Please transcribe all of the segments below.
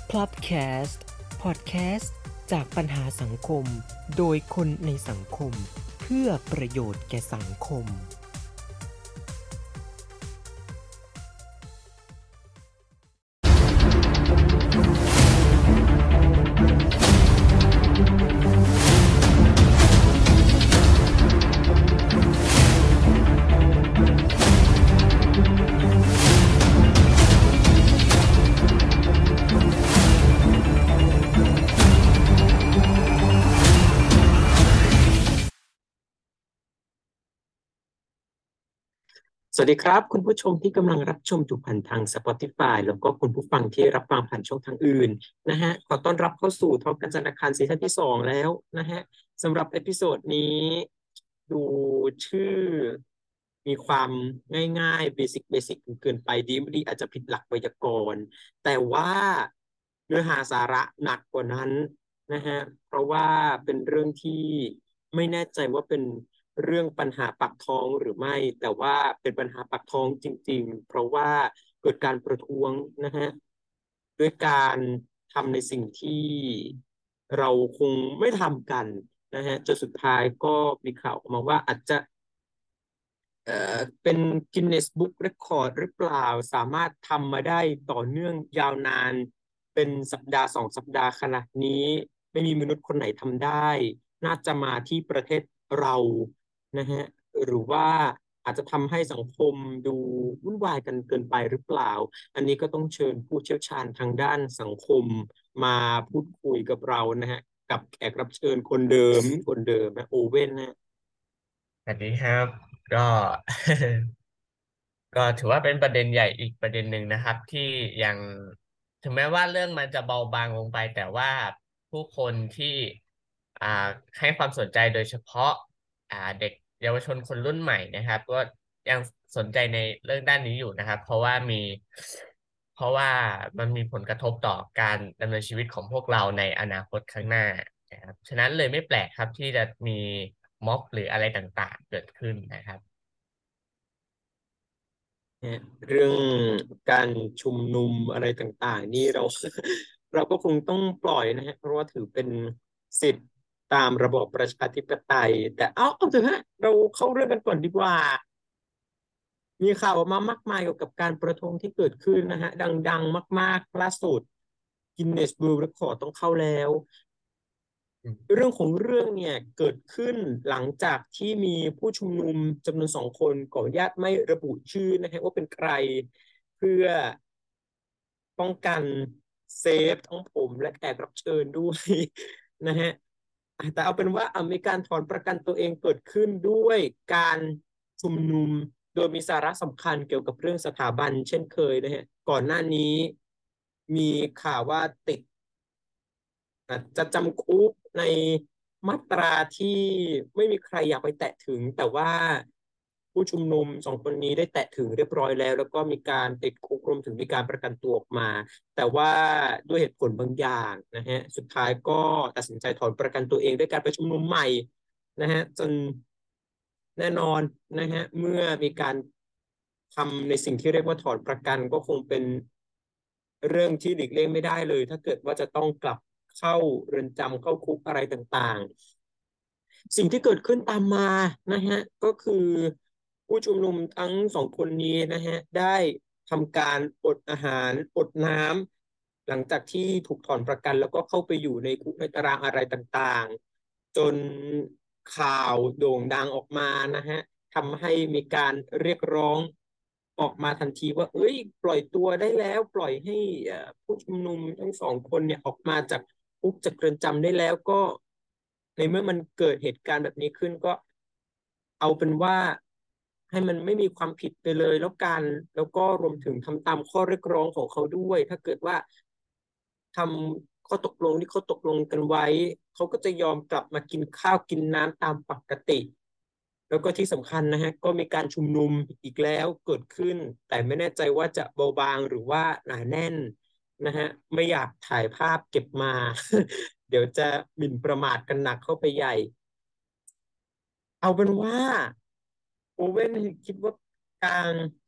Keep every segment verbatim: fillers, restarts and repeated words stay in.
Plopcast Podcast จากปัญหาสังคมโดยคนในสังคมเพื่อประโยชน์แก่สังคมสวัสดีครับคุณผู้ชมที่กำลังรับชมอยู่ผ่านทาง Spotify แล้วก็คุณผู้ฟังที่รับฟังผ่านช่องทางอื่นนะฮะขอต้อนรับเข้าสู่ทอล์กกันจันทร์อังคารซีซั่นที่สองแล้วนะฮะสำหรับเอพิโซดนี้ดูชื่อมีความง่ายๆเบสิกเบสิกเกินไปดีไม่ดีอาจจะผิดหลักไวยากรณ์แต่ว่าเนื้อหาสาระหนักกว่านั้นนะฮะเพราะว่าเป็นเรื่องที่ไม่แน่ใจว่าเป็นเรื่องปัญหาปากท้องหรือไม่แต่ว่าเป็นปัญหาปากท้องจริงๆเพราะว่าเกิดการประท้วงนะฮะด้วยการทำในสิ่งที่เราคงไม่ทำกันนะฮะจนสุดท้ายก็มีข่าวออกมาว่าอาจจะเอ่อเป็นกินเนสบุ๊กเรคคอร์ดหรือเปล่าสามารถทำมาได้ต่อเนื่องยาวนานเป็นสัปดาห์สองสัปดาห์ขนาดนี้ไม่มีมนุษย์คนไหนทำได้น่าจะมาที่ประเทศเรานะฮะหรือว่าอาจจะทำให้สังคมดูวุ่นวายกันเกินไปหรือเปล่าอันนี้ก็ต้องเชิญผู้เชี่ยวชาญทางด้านสังคมมาพูดคุยกับเรานะฮะกับแขกรับเชิญคนเดิมคนเดิมนะโอเว่นนะสวัสดีครับก็ ก็ถือว่าเป็นประเด็นใหญ่อีกประเด็นหนึ่งนะครับที่ยังถึงแม้ว่าเรื่องมันจะเบาบางลงไปแต่ว่าผู้คนที่อ่าให้ความสนใจโดยเฉพาะอ่าเด็กเยาวชนคนรุ่นใหม่นะครับก็ยังสนใจในเรื่องด้านนี้อยู่นะครับเพราะว่ามีเพราะว่ามันมีผลกระทบต่อการดำเนินชีวิตของพวกเราในอนาคตข้างหน้านะครับฉะนั้นเลยไม่แปลกครับที่จะมีม็อบหรืออะไรต่างๆเกิดขึ้นนะครับเนี่ยเรื่องการชุมนุมอะไรต่างๆนี่เราเราก็คงต้องปล่อยนะฮะเพราะว่าถือเป็นสิทธิ์ตามระบอบประชาธิปไตยแต่เอาเอาเถอะฮะเราเข้าเรื่องกันก่อนดีกว่ามีข่าวออกมามากมายเกี่ยวกับการประท้วงที่เกิดขึ้นนะฮะดังๆมากๆล่าสุดกินเนส World Record ต้องเข้าแล้วเรื่องของเรื่องเนี่ยเกิดขึ้นหลังจากที่มีผู้ชุมนุมจำนวนสองคนขออนุญาตไม่ระบุชื่อนะฮะว่าเป็นใครเพื่อ ป้องกันเซฟทั้งผมและแขกรับเชิญด้วยนะฮะแต่เอาเป็นว่าอเมริการถอนประกันตัวเองเกิดขึ้นด้วยการชุมนุมโดยมีสาระสำคัญเกี่ยวกับเรื่องสถาบันเช่นเคยนะฮะก่อนหน้านี้มีข่าวว่าติดอาจจะจำคุกในมาตราที่ไม่มีใครอยากไปแตะถึงแต่ว่าผู้ชุมนุมสองคนนี้ได้แตะถึงเรียบร้อยแล้วแล้วก็มีการติดคุกรวมถึงมีการประกันตัวออกมาแต่ว่าด้วยเหตุผลบางอย่างนะฮะสุดท้ายก็ตัดสินใจถอนประกันตัวเองด้วยการไปชุมนุมใหม่นะฮะจนแน่นอนนะฮะเมื่อมีการทำในสิ่งที่เรียกว่าถอนประกันก็คงเป็นเรื่องที่หลีกเลี่ยงไม่ได้เลยถ้าเกิดว่าจะต้องกลับเข้าเรือนจำเข้าคุกอะไรต่างๆสิ่งที่เกิดขึ้นตามมานะฮะก็คือผู้ชุมนุมทั้งสองคนนี้นะฮะได้ทำการอดอาหารอดน้ำหลังจากที่ถูกถอนประกันแล้วก็เข้าไปอยู่ในคุกในตารางอะไรต่างๆจนข่าวโด่งดังออกมานะฮะ ทำให้มีการเรียกร้องออกมาทันทีว่าเอ้ยปล่อยตัวได้แล้วปล่อยให้ผู้ชุมนุมทั้งสองคนเนี่ยออกมาจากคุกจากเรือนจำได้แล้วก็ในเมื่อมันเกิดเหตุการณ์แบบนี้ขึ้นก็เอาเป็นว่าให้มันไม่มีความผิดไปเลยแล้วกันแล้วก็รวมถึงทำตามข้อเรียกร้องของเขาด้วยถ้าเกิดว่าทำข้อตกลงที่เขาตกลงกันไว้เขาก็จะยอมกลับมากินข้าวกินน้ำตามปกติ แล้วก็ที่สำคัญนะฮะก็มีการชุมนุมอีกแล้วเกิดขึ้นแต่ไม่แน่ใจว่าจะเบาบางหรือว่าหนาแน่นนะฮะไม่อยากถ่ายภาพเก็บมาเดี๋ยวจะหมิ่นประมาทกันหนักเข้าไปใหญ่เอาเป็นว่าโอเว่นคิดว่าการ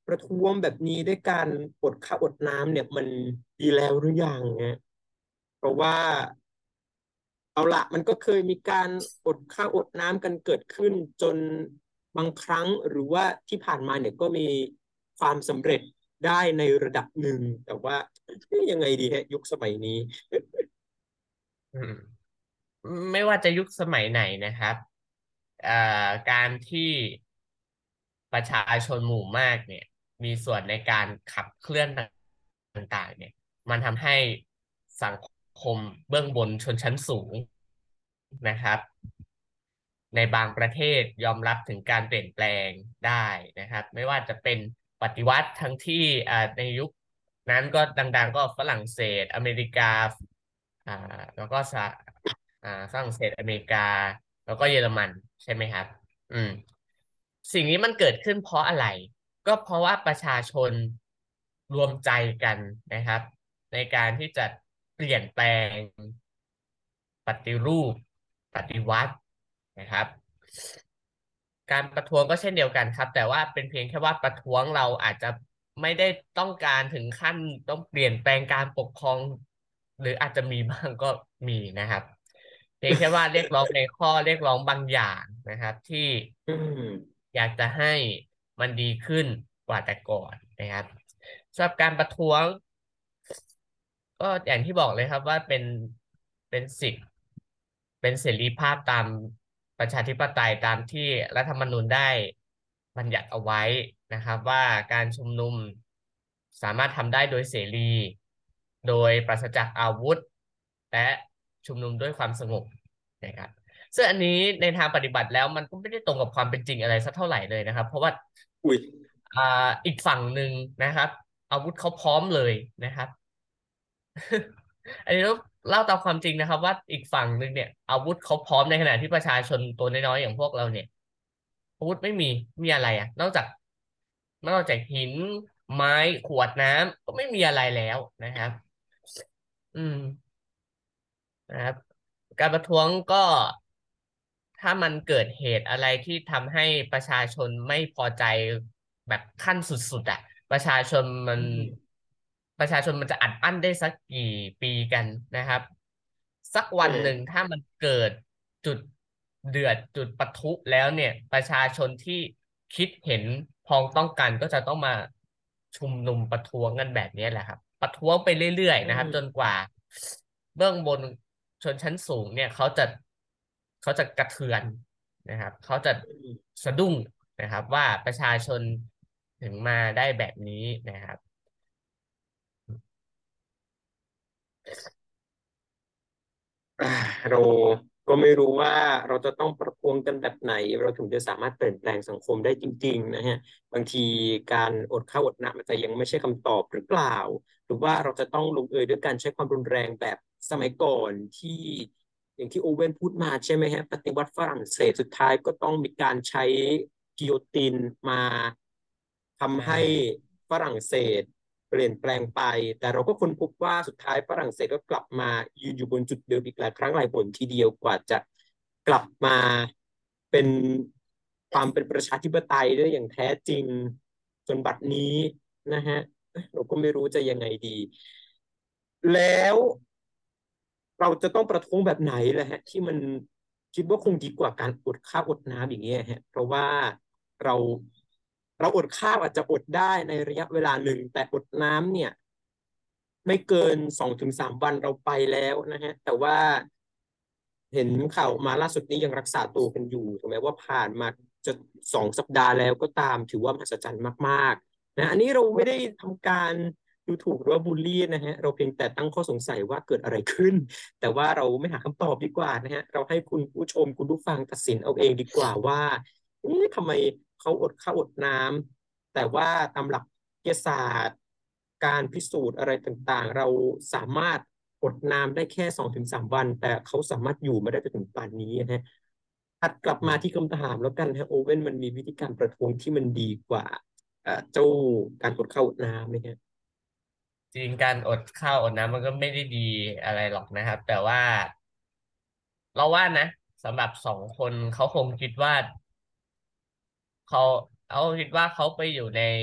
ประท้วงแบบนี้ด้วยการอดข้าวอดน้ำเนี่ยมันดีแล้วหรือยังเนี่ยเพราะว่าเอาละมันก็เคยมีการอดข้าวอดน้ำกันเกิดขึ้นจนบางครั้งหรือว่าที่ผ่านมาเนี่ยก็มีความสำเร็จได้ในระดับหนึ่งแต่ว่าเอ๊ะยังไงดีฮะยุคสมัยนี้อืมไม่ว่าจะยุคสมัยไหนนะครับเอ่อการที่ประชาชนหมู่มากเนี่ยมีส่วนในการขับเคลื่อนต่างๆเนี่ยมันทำให้สังคมเบื้องบนชนชั้นสูงนะครับในบางประเทศยอมรับถึงการเปลี่ยนแปลงได้นะครับไม่ว่าจะเป็นปฏิวัติทั้งที่อ่าในยุคนั้นก็ดังๆก็ฝรั่งเศสอเมริกาอ่าแล้วก็สหอ่าฝรั่งเศสอเมริกาแล้วก็เยอรมันใช่ไหมครับอืมสิ่งนี้มันเกิดขึ้นเพราะอะไรก็เพราะว่าประชาชนรวมใจกันนะครับในการที่จะเปลี่ยนแปลงปฏิรูปปฏิวัตินะครับการประท้วงก็เช่นเดียวกันครับแต่ว่าเป็นเพียงแค่ว่าประท้วงเราอาจจะไม่ได้ต้องการถึงขั้นต้องเปลี่ยนแปลงการปกครองหรืออาจจะมีบ้างก็มีนะครับเพียงแค่ว่าเรียกร้องในข้อเรียกร้องบางอย่างนะครับที่อืมอยากจะให้มันดีขึ้นกว่าแต่ก่อนนะครับสำหรับการประท้วง ก็อย่างที่บอกเลยครับว่าเป็นเป็นสิทธิ์เป็นเสรีภาพตามประชาธิปไตยตามที่รัฐธรรมนูญได้บัญญัติเอาไว้นะครับว่าการชุมนุมสามารถทำได้โดยเสรีโดยปราศจากอาวุธและชุมนุมด้วยความสงบนะครับซึ่งอันนี้ในทางปฏิบัติแล้วมันก็ไม่ได้ตรงกับความเป็นจริงอะไรสักเท่าไหร่เลยนะครับเพราะว่าอุ้ยอ่าอีกฝั่งหนึ่งนะครับอาวุธเขาพร้อมเลยนะครับ อันนี้ต้องเล่าตามความจริงนะครับว่าอีกฝั่งหนึ่งเนี่ยอาวุธเขาพร้อมในขณะที่ประชาชนตัวน้อยๆอย่างพวกเราเนี่ยอาวุธไม่มีมีอะไรอ่ะนอกจากนอกจากหินไม้ขวดน้ำก็ไม่มีอะไรแล้วนะครับอืมนะครับการประท้วงก็ถ้ามันเกิดเหตุอะไรที่ทำให้ประชาชนไม่พอใจแบบขั้นสุดๆอ่ะประชาชนมันอืมประชาชนมันจะอัดอั้นได้สักกี่ปีกันนะครับสักวันหนึ่งอ่าถ้ามันเกิดจุดเดือดจุดปะทุแล้วเนี่ยประชาชนที่คิดเห็นพ้องต้องกันก็จะต้องมาชุมนุมประท้วงกันแบบนี้แหละครับประท้วงไปเรื่อยอืๆนะครับจนมกว่าเบื้องบนชนชั้นสูงเนี่ยเขาจะเขาจะกระเทือนนะครับเขาจะอืมสะดุ้งนะครับว่าประชาชนถึงมาได้แบบนี้นะครับอ่าเราก็ไม่รู้ว่าเราจะต้องประท้วงกันแบบไหนเราถึงจะสามารถเปลี่ยนแปลงสังคมได้จริงๆนะฮะบางทีการอดข้าวอดน้ำมันจะยังไม่ใช่คำตอบหรือเปล่าหรือว่าเราจะต้องลงเอยด้วยการใช้ความรุนแรงแบบสมัยก่อนที่อย่างที่โอเว่นพูดมาใช่ไหมฮะปฏิวัติฝรั่งเศสสุดท้ายก็ต้องมีการใช้กิโยตินมาใช่ทำให้ฝรั่งเศส เปลี่ยนแปลงไปแต่เราก็ค้นพบว่าสุดท้ายฝรั่งเศสก็กลับมายืนอยู่บนจุดเดิมอีกหลายครั้งหลายหนทีเดียวกว่าจะกลับมาเป็นความเป็นประชาธิปไตยได้อย่างแท้จริงจนบัดนี้นะฮะเราก็ไม่รู้จะยังไงดีแล้วเราจะต้องประท้วงแบบไหนแหละฮะที่มันคิดว่าคงดีกว่าการอดข้าวอดน้ำอย่างเงี้ยฮะเพราะว่าเราเราอดข้าวอาจจะอดได้ในระยะเวลาหนึ่งแต่อดน้ำเนี่ย ไม่เกินสองถึงสามวันเราไปแล้วนะฮะแต่ว่าเห็นข่าวมาล่าสุดนี้ยังรักษาตัวกันอยู่ถึงแม้ว่าผ่านมาจะสองสัปดาห์แล้วก็ตามถือว่ามหัศจรรย์มากๆนะอันนี้เราไม่ได้ทำการดูถูกหรือว่าบูลลี่นะฮะเราเพียงแต่ตั้งข้อสงสัยว่าเกิดอะไรขึ้นแต่ว่าเราไม่หาคำตอบดีกว่านะฮะเราให้คุณผู้ชมคุณผู้ฟังตัดสินเอาเองดีกว่าว่าเอ๊ะทำไมเขาอดข้าวอดน้ำ แต่ว่าตามหลักวิทยาศาสตร์การพิสูจน์อะไรต่างๆเราสามารถอดน้ำได้แค่สองถึงสามวันแต่เขาสามารถอยู่มาได้จนถึงป่านนี้นะฮะถัดกลับมาที่คำถามแล้วกันฮะโอเว่นมันมีวิธีการประท้วงที่มันดีกว่าเอ่อเจ้าการอดข้าวอดน้ำไหมฮะจริงการอดข้าวอดน้ำมันก็ไม่ได้ดีอะไรหรอกนะครับแต่ว่าเราว่านะสำหรับสองคนเขาคงคิดว่า เขาเขาคิดว่าเขาไปอยู่ใน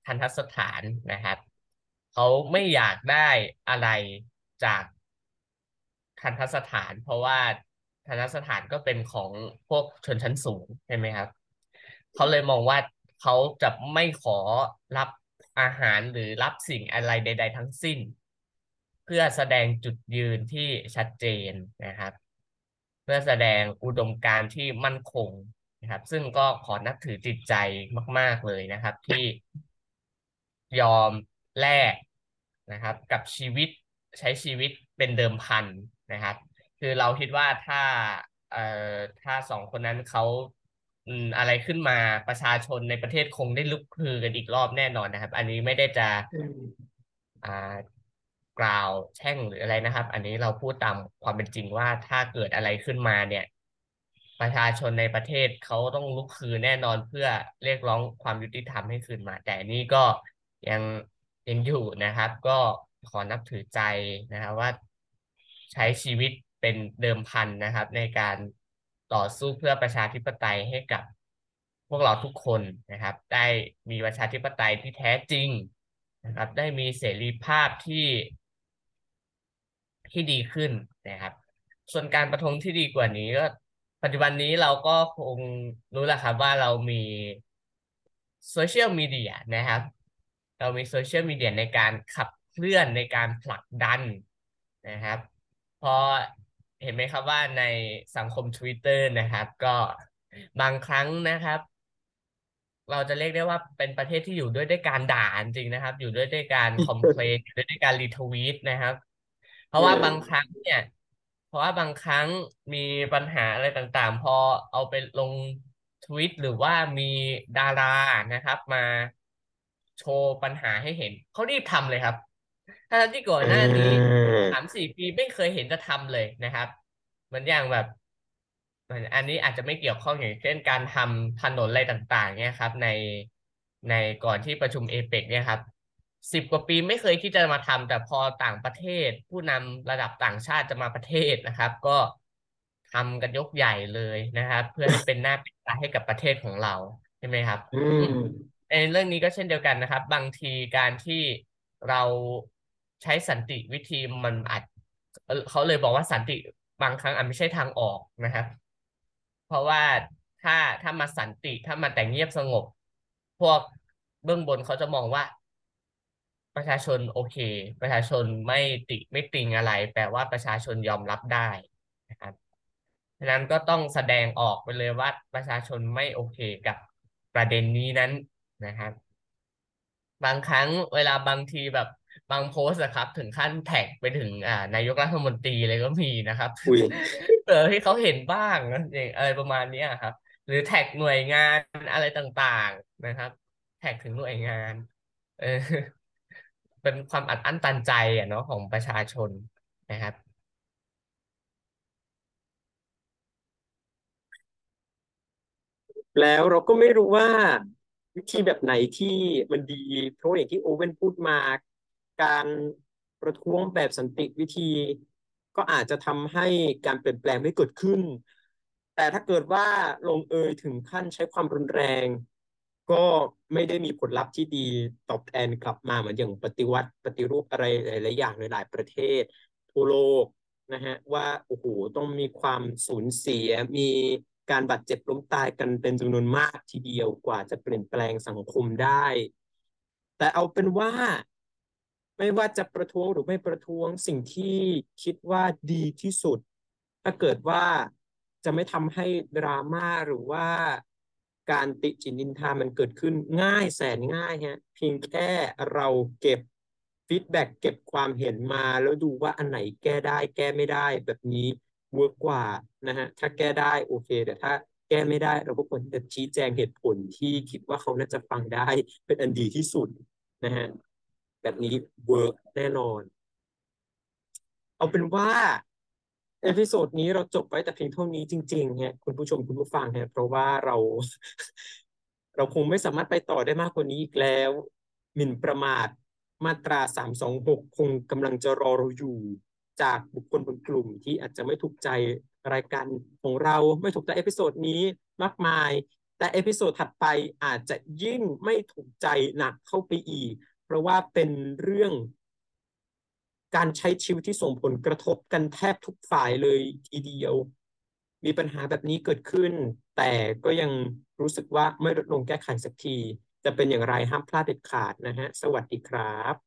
ทันตสถานนะครับเขาไม่อยากได้อะไรจากทันตสถานเพราะว่าทันตสถานก็เป็นของพวกชนชั้นสูงใช่ไหมครับเขาเลยมองว่าเขาจะไม่ขอรับอาหารหรือรับสิ่งอะไรใดๆทั้งสิ้นเพื่อแสดงจุดยืนที่ชัดเจนนะครับเพื่อแสดงอุดมการณ์ที่มั่นคงนะครับซึ่งก็ขอนับถือจิตใจมากๆเลยนะครับที่ยอมแลกนะครับกับชีวิตใช้ชีวิตเป็นเดิมพันนะครับคือเราคิดว่าถ้าเอ่อถ้าสองคนนั้นเขาอืมอะไรขึ้นมาประชาชนในประเทศคงได้ลุกฮือกันอีกรอบแน่นอนนะครับอันนี้ไม่ได้จะอืมอ่ากล่าวแช่งหรืออะไรนะครับอันนี้เราพูดตามความเป็นจริงว่าถ้าเกิดอะไรขึ้นมาเนี่ยประชาชนในประเทศเขาต้องลุกฮือแน่นอนเพื่อเรียกร้องความยุติธรรมให้คืนมาแต่นี่ก็ยังยังอยู่นะครับก็ขอนับถือใจนะครับว่าใช้ชีวิตเป็นเดิมพันนะครับในการต่อสู้เพื่อประชาธิปไตยให้กับพวกเราทุกคนนะครับได้มีประชาธิปไตยที่แท้จริง นะครับได้มีเสรีภาพที่ที่ดีขึ้นนะครับส่วนการประท้วงที่ดีกว่านี้ก็ปัจจุบันนี้เราก็คงรู้แหละครับว่าเรามีโซเชียลมีเดียนะครับเรามีโซเชียลมีเดียในการขับเคลื่อนในการผลักดันนะครับพอเห็นไหมครับว่าในสังคม Twitter นะครับก็บางครั้งนะครับ เราจะเรียกได้ว่าเป็นประเทศที่อยู่ด้วยด้วยการด่าจริงๆนะครับอยู่ด้วยด้วยการคอมเพลนอยู่ด้วยด้วยการรีทวีตนะครับเพเอราะว่าบางคอรั้งเนี่ยเพราะว่าบางครั้งมีปัญหาอะไรต่างๆพอเอาไปลงทวิตหรือว่ามีดารานะครับมาโชว์ปัญหาให้เห็นเขารีบทำเลยครับทั้งที่ก่อนอ่หน้านี้าสามสี่ปีไม่เคยเห็นจะทำเลยนะครับเหมือนอย่างแบบ อันนี้อาจจะไม่เกี่ยวข้องอย่างเช่นการทำถนนอะไรต่างๆเนี่ยครับในในก่อนที่ประชุมเอเปกเนี่ยครับสิบกว่าปีไม่เคยที่จะมาทำแต่พอต่างประเทศผู้นำระดับต่างชาติจะมาประเทศนะครับก็ทำกันยกใหญ่เลยนะครับเพื่อให้เป็นหน้าเป็นตาให้กับประเทศของเราใช่ไหมครับอือืมมในเรื่องนี้ก็เช่นเดียวกันนะครับบางทีการที่เราใช้สันติวิธีมันอาจ เออเขาเลยบอกว่าสันติบางครั้งอาจไม่ใช่ทางออกนะครับเพราะว่าถ้าถ้ามาสันติถ้ามาแต่เงียบสงบพวกเบื้องบนเขาจะมองว่าประชาชนโอเคประชาชนไม่ติไม่ติงอะไรแปลว่าประชาชนยอมรับได้นะครับฉะนั้นก็ต้องแสดงออกไปเลยว่าประชาชนไม่โอเคกับประเด็นนี้นั้นนะครับ บางครั้งเวลาบางทีแบบบางโพสต์อะครับถึงขั้นแท็กไปถึงอ่านายกรัฐมนตรีเลยก็มีนะครับอุ้ยเผื่อที่เขาเห็นบ้างนะอย่างอะไรประมาณเนี้ยครับหรือแท็กหน่วยงานอะไรต่างๆนะครับแท็กถึงหน่วยงานเออเป็นความอัดอั้นตันใจอะเนาะของประชาชนนะครับแล้วเราก็ไม่รู้ว่าวิธีแบบไหนที่มันดีเพราะอย่างที่โอเว่นพูดมาการประท้วงแบบสันติวิธีก็อาจจะทำให้การเปลี่ยนแปลงไม่เกิดขึ้นแต่ถ้าเกิดว่าลงเอยถึงขั้นใช้ความรุนแรงก็ไม่ได้มีผลลัพธ์ที่ดีตอบแทนกลับมาเหมือนอย่างปฏิวัติปฏิรูปอะไรหลายๆอย่างในหลายประเทศทั่วโลก นะฮะว่าโอ้โหต้องมีความสูญเสียมีการบาดเจ็บล้มตายกันเป็นจำนวนมากทีเดียวกว่าจะเปลี่ยนแปลงสังคมได้แต่เอาเป็นว่าไม่ว่าจะประท้วงหรือไม่ประท้วงสิ่งที่คิดว่าดีที่สุดถ้าเกิดว่าจะไม่ทำให้ดราม่าหรือว่าการติฉินนินทามันเกิดขึ้นง่ายแสนง่ายฮะเพียงแค่เราเก็บฟีดแบ็กเก็บความเห็นมาแล้วดูว่าอันไหนแก้ได้แก้ไม่ได้แบบนี้เวิร์กกว่านะฮะถ้าแก้ได้โอเคแต่ถ้าแก้ไม่ได้เราก็ควรจะชี้แจงเหตุผลที่คิดว่าเขาน่าจะฟังได้เป็นอันดีที่สุดนะฮะแบบนี้เวิร์กแน่นอนเอาเป็นว่าเอพิโซดนี้เราจบไว้แต่เพียงเท่านี้จริงๆฮะคุณผู้ชมคุณผู้ฟังฮะเพราะว่าเราเราคงไม่สามารถไปต่อได้มากกว่านี้อีกแล้วหมิ่นประมาทมาตราสามสองหกคงกำลังจะรอเราอยู่จากบุคคลบางกลุ่มที่อาจจะไม่ถูกใจรายการของเราไม่ถูกใจเอพิโซดนี้มากมายแต่เอพิโซดถัดไปอาจจะยิ่งไม่ถูกใจหนักเข้าไปอีกเพราะว่าเป็นเรื่องการใช้ชีวิตที่ส่งผลกระทบกันแทบทุกฝ่ายเลยทีเดียวมีปัญหาแบบนี้เกิดขึ้นแต่ก็ยังรู้สึกว่าไม่ลดลงแก้ไขสักทีจะเป็นอย่างไรห้ามพลาดเด็ดขาดนะฮะสวัสดีครับ